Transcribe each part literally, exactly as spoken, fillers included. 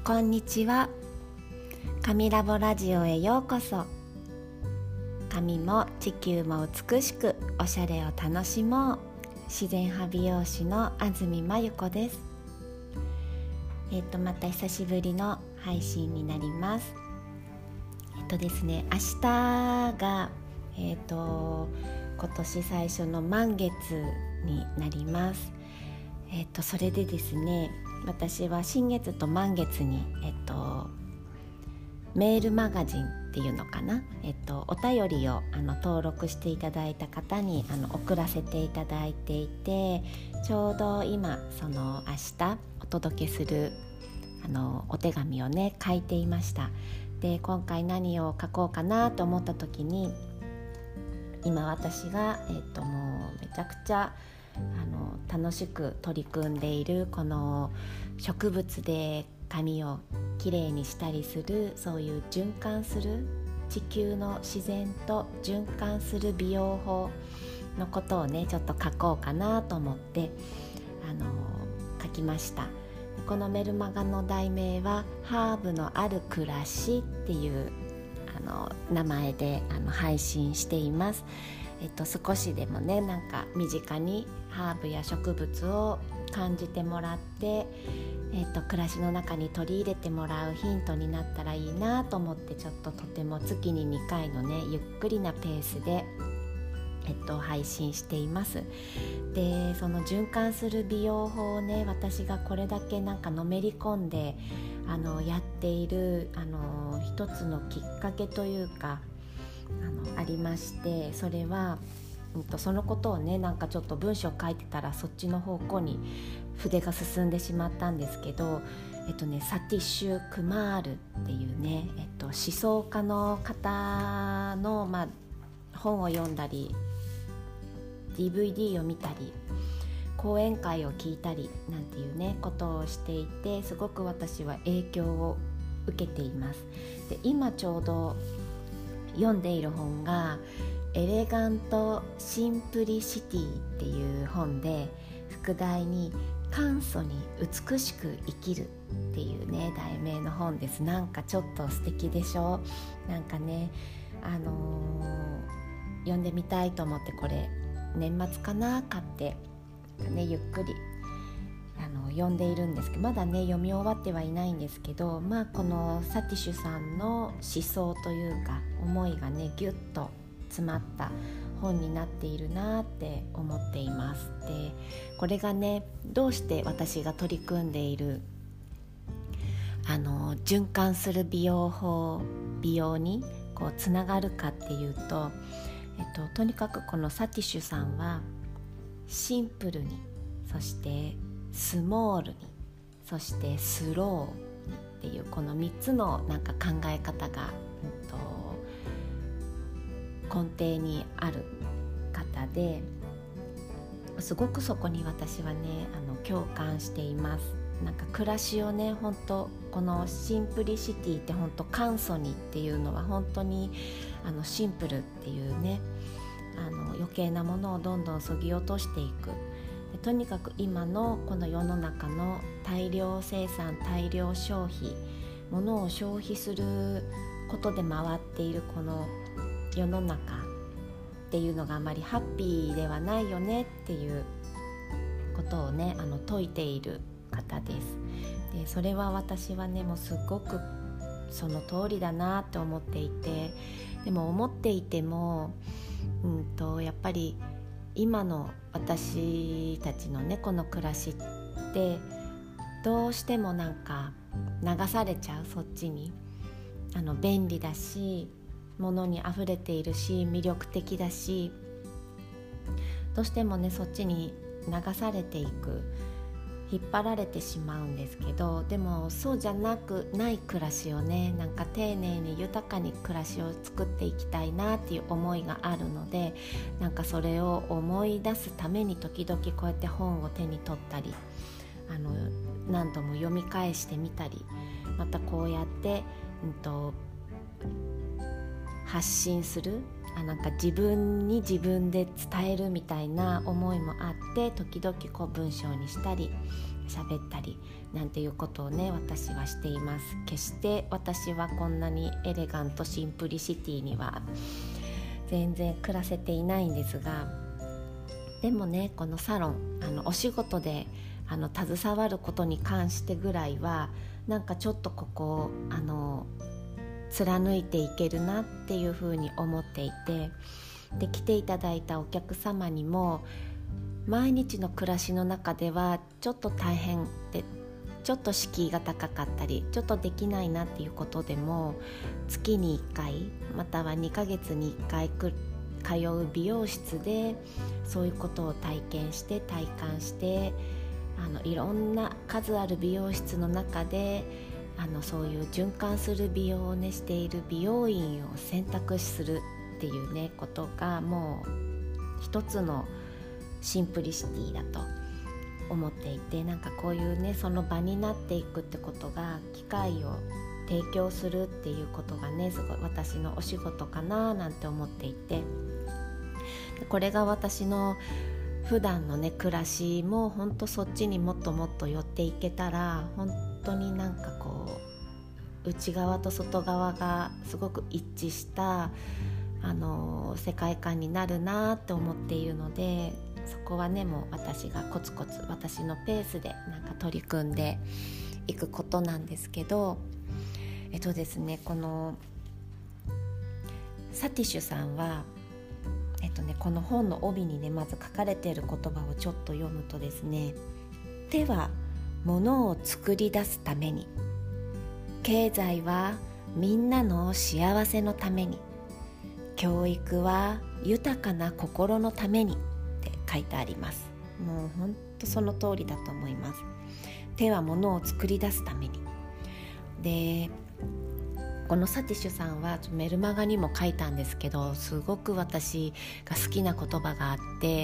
こんにちは。神ラボラジオへようこそ。髪も地球も美しく、おしゃれを楽しもう。自然派美容師の安住真由子です。えっとまた久しぶりの配信になります。えっとですね明日がえっと今年最初の満月になります。えっとそれでですね私は新月と満月に、えっと、メールマガジンっていうのかな、えっと、お便りをあの登録していただいた方にあの送らせていただいていて、ちょうど今その明日お届けするあのお手紙をね書いていました。で今回何を書こうかなと思った時に、今私が、えっと、もうめちゃくちゃあの楽しく取り組んでいるこの植物で髪をきれいにしたりする、そういう循環する地球の自然と循環する美容法のことをねちょっと書こうかなと思ってあの書きました。このメルマガの題名はハーブのある暮らしっていうあの名前であの配信しています。えっと、少しでもねなんか身近にハーブや植物を感じてもらって、えっと、暮らしの中に取り入れてもらうヒントになったらいいなと思って、ちょっととても月ににかいのねゆっくりなペースで、えっと、配信しています。でその循環する美容法をね私がこれだけなんかのめり込んであのやっているあの一つのきっかけというかあのありまして、それは、うん、とそのことをねなんかちょっと文章書いてたらそっちの方向に筆が進んでしまったんですけど、えっとねサティッシュ・クマールっていうね、えっと、思想家の方の、まあ、本を読んだり ディーブイディー を見たり講演会を聞いたりなんていうねことをしていて、すごく私は影響を受けています。で今ちょうど読んでいる本がエレガント・シンプリシティっていう本で、副題に簡素に美しく生きるっていうね題名の本です。なんかちょっと素敵でしょ。なんかね、あのー、読んでみたいと思ってこれ年末かな買ってねゆっくりあの読んでいるんですけど、まだね読み終わってはいないんですけど、まあこのサティシュさんの思想というか思いがねギュッと詰まった本になっているなって思っています。でこれがねどうして私が取り組んでいるあの循環する美容法美容にこうつながるかっていうと、えっと、とにかくこのサティシュさんはシンプルに、そしてスモールに、そしてスローにっていうこのみっつのなんか考え方が、うんと、根底にある方で、すごくそこに私はねあの共感しています。なんか暮らしをね本当このシンプリシティって本当簡素にっていうのは本当にあのシンプルっていうねあの余計なものをどんどん削ぎ落としていく。とにかく今のこの世の中の大量生産大量消費、物を消費することで回っているこの世の中っていうのがあまりハッピーではないよねっていうことをねあの説いている方です。でそれは私はねもうすごくその通りだなって思っていて、でも思っていても、うんとやっぱり今の私たちのねこの暮らしってどうしてもなんか流されちゃう、そっちにあの便利だし物に溢れているし魅力的だし、どうしてもねそっちに流されていく、引っ張られてしまうんですけど、でもそうじゃなくない暮らしをねなんか丁寧に豊かに暮らしを作っていきたいなっていう思いがあるので、なんかそれを思い出すために時々こうやって本を手に取ったりあの何度も読み返してみたり、またこうやって、うんと、発信するあなんか自分に自分で伝えるみたいな思いもあって、時々こう文章にしたり喋ったりなんていうことをね私はしています。決して私はこんなにエレガントシンプリシティには全然暮らせていないんですが、でもねこのサロンあのお仕事であの携わることに関してぐらいはなんかちょっとここあの貫いていけるなっていうふうに思っていて、で来ていただいたお客様にも毎日の暮らしの中ではちょっと大変でちょっと敷居が高かったりちょっとできないなっていうことでも月にいっかいまたはにかげつにいっかいく通う美容室でそういうことを体験して体感してあのいろんな数ある美容室の中であのそういう循環する美容を、ね、している美容院を選択するっていうねことがもう一つのシンプリシティだと思っていて、なんかこういうねその場になっていくってことが機会を提供するっていうことがねすごい私のお仕事かななんて思っていて、これが私の普段のね暮らしも本当そっちにもっともっと寄っていけたら本当になんかこう内側と外側がすごく一致したあの世界観になるなって思っているので、そこはねもう私がコツコツ私のペースでなんか取り組んでいくことなんですけど、えっとですねこのサティシュさんはえっとねこの本の帯にねまず書かれている言葉をちょっと読むとですね、手は物を作り出すために、経済はみんなの幸せのために、教育は豊かな心のためにって書いてあります。もう本当その通りだと思います。手は物を作り出すためにで、このサティシュさんはメルマガにも書いたんですけど、すごく私が好きな言葉があって、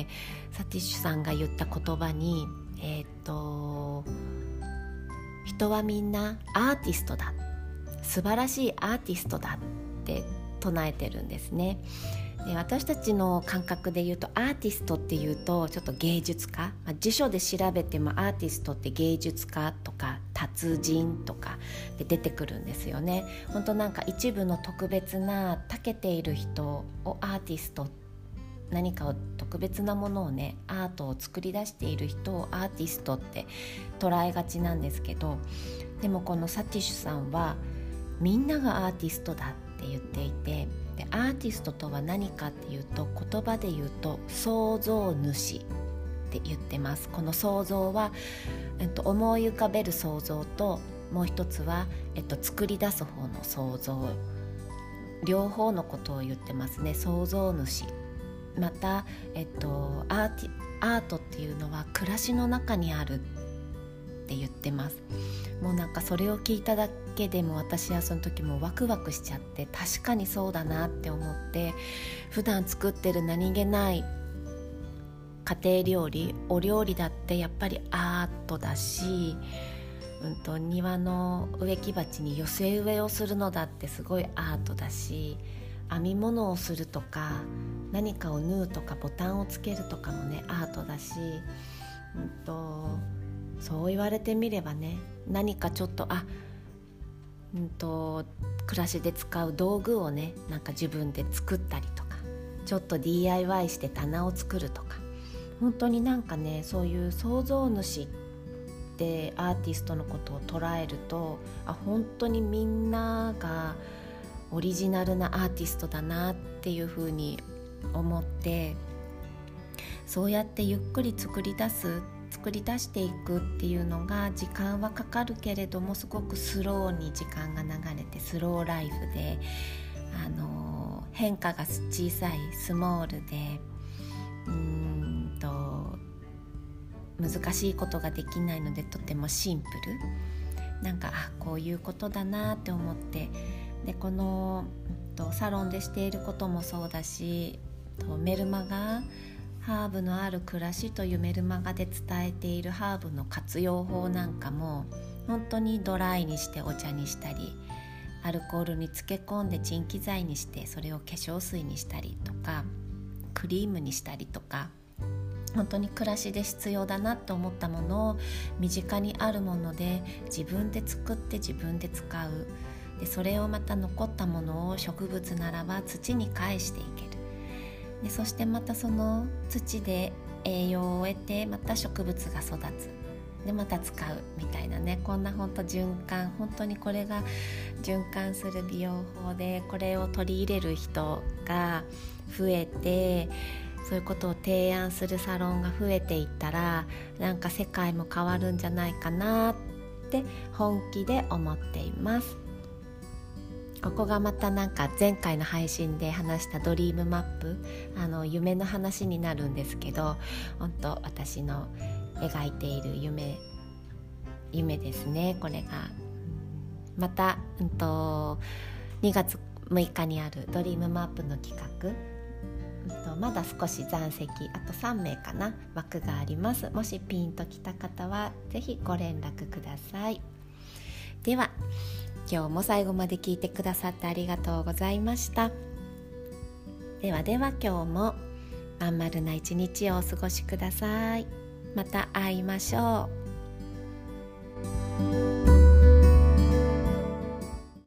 サティシュさんが言った言葉にえー、っと人はみんなアーティストだ、素晴らしいアーティストだって唱えてるんですね。で私たちの感覚で言うとアーティストっていうとちょっと芸術家、まあ、辞書で調べてもアーティストって芸術家とか達人とかで出てくるんですよね。本当なんか一部の特別な長けている人をアーティスト、何かを特別なものをねアートを作り出している人をアーティストって捉えがちなんですけど、でもこのサティシュさんはみんながアーティストだって言っていて、でアーティストとは何かっていうと言葉で言うと創造主って言ってます。この創造は、えっと、思い浮かべる創造ともう一つは、えっと、作り出す方の創造、両方のことを言ってますね。創造主また、えっと、アーティ、アートっていうのは暮らしの中にあるって言ってます。もうなんかそれを聞いただけでも私はその時もワクワクしちゃって、確かにそうだなって思って、普段作ってる何気ない家庭料理、お料理だってやっぱりアートだし、うんと庭の植木鉢に寄せ植えをするのだってすごいアートだし、編み物をするとか何かを縫うとかボタンをつけるとかもねアートだし、うんとそう言われてみればね、何かちょっとあ、うんと暮らしで使う道具をねなんか自分で作ったりとか、ちょっと ディーアイワイ して棚を作るとか、本当になんかねそういう創造主ってアーティストのことを捉えると、あ本当にみんながオリジナルなアーティストだなっていう風に思って、そうやってゆっくり作り出す作り出していくっていうのが時間はかかるけれどもすごくスローに時間が流れてスローライフで、あの変化が小さいスモールでうーんと難しいことができないのでとてもシンプル、なんかあこういうことだなって思って、でこのサロンでしていることもそうだし、メルマガハーブのある暮らしというメルマガで伝えているハーブの活用法なんかも本当にドライにしてお茶にしたり、 アルコールに漬け込んで鎮気剤にして、それを化粧水にしたりとかクリームにしたりとか、本当に暮らしで必要だなと思ったものを身近にあるもので自分で作って自分で使う。でそれをまた残ったものを植物ならば土に返していける。でそしてまたその土で栄養を得てまた植物が育つ。でまた使うみたいなね、こんな本当循環、本当にこれが循環する美容法で、これを取り入れる人が増えて、そういうことを提案するサロンが増えていったら、なんか世界も変わるんじゃないかなって本気で思っています。ここがまたなんか前回の配信で話したドリームマップ、あの夢の話になるんですけど、本当私の描いている夢夢ですね。これがまた、うんと、にがつむいかにあるドリームマップの企画、うんと、まだ少し残席、あとさんめいかな、枠があります。もしピンときた方はぜひご連絡ください。では今日も最後まで聞いてくださってありがとうございました。ではでは今日もまんまるな一日をお過ごしください。また会いましょう。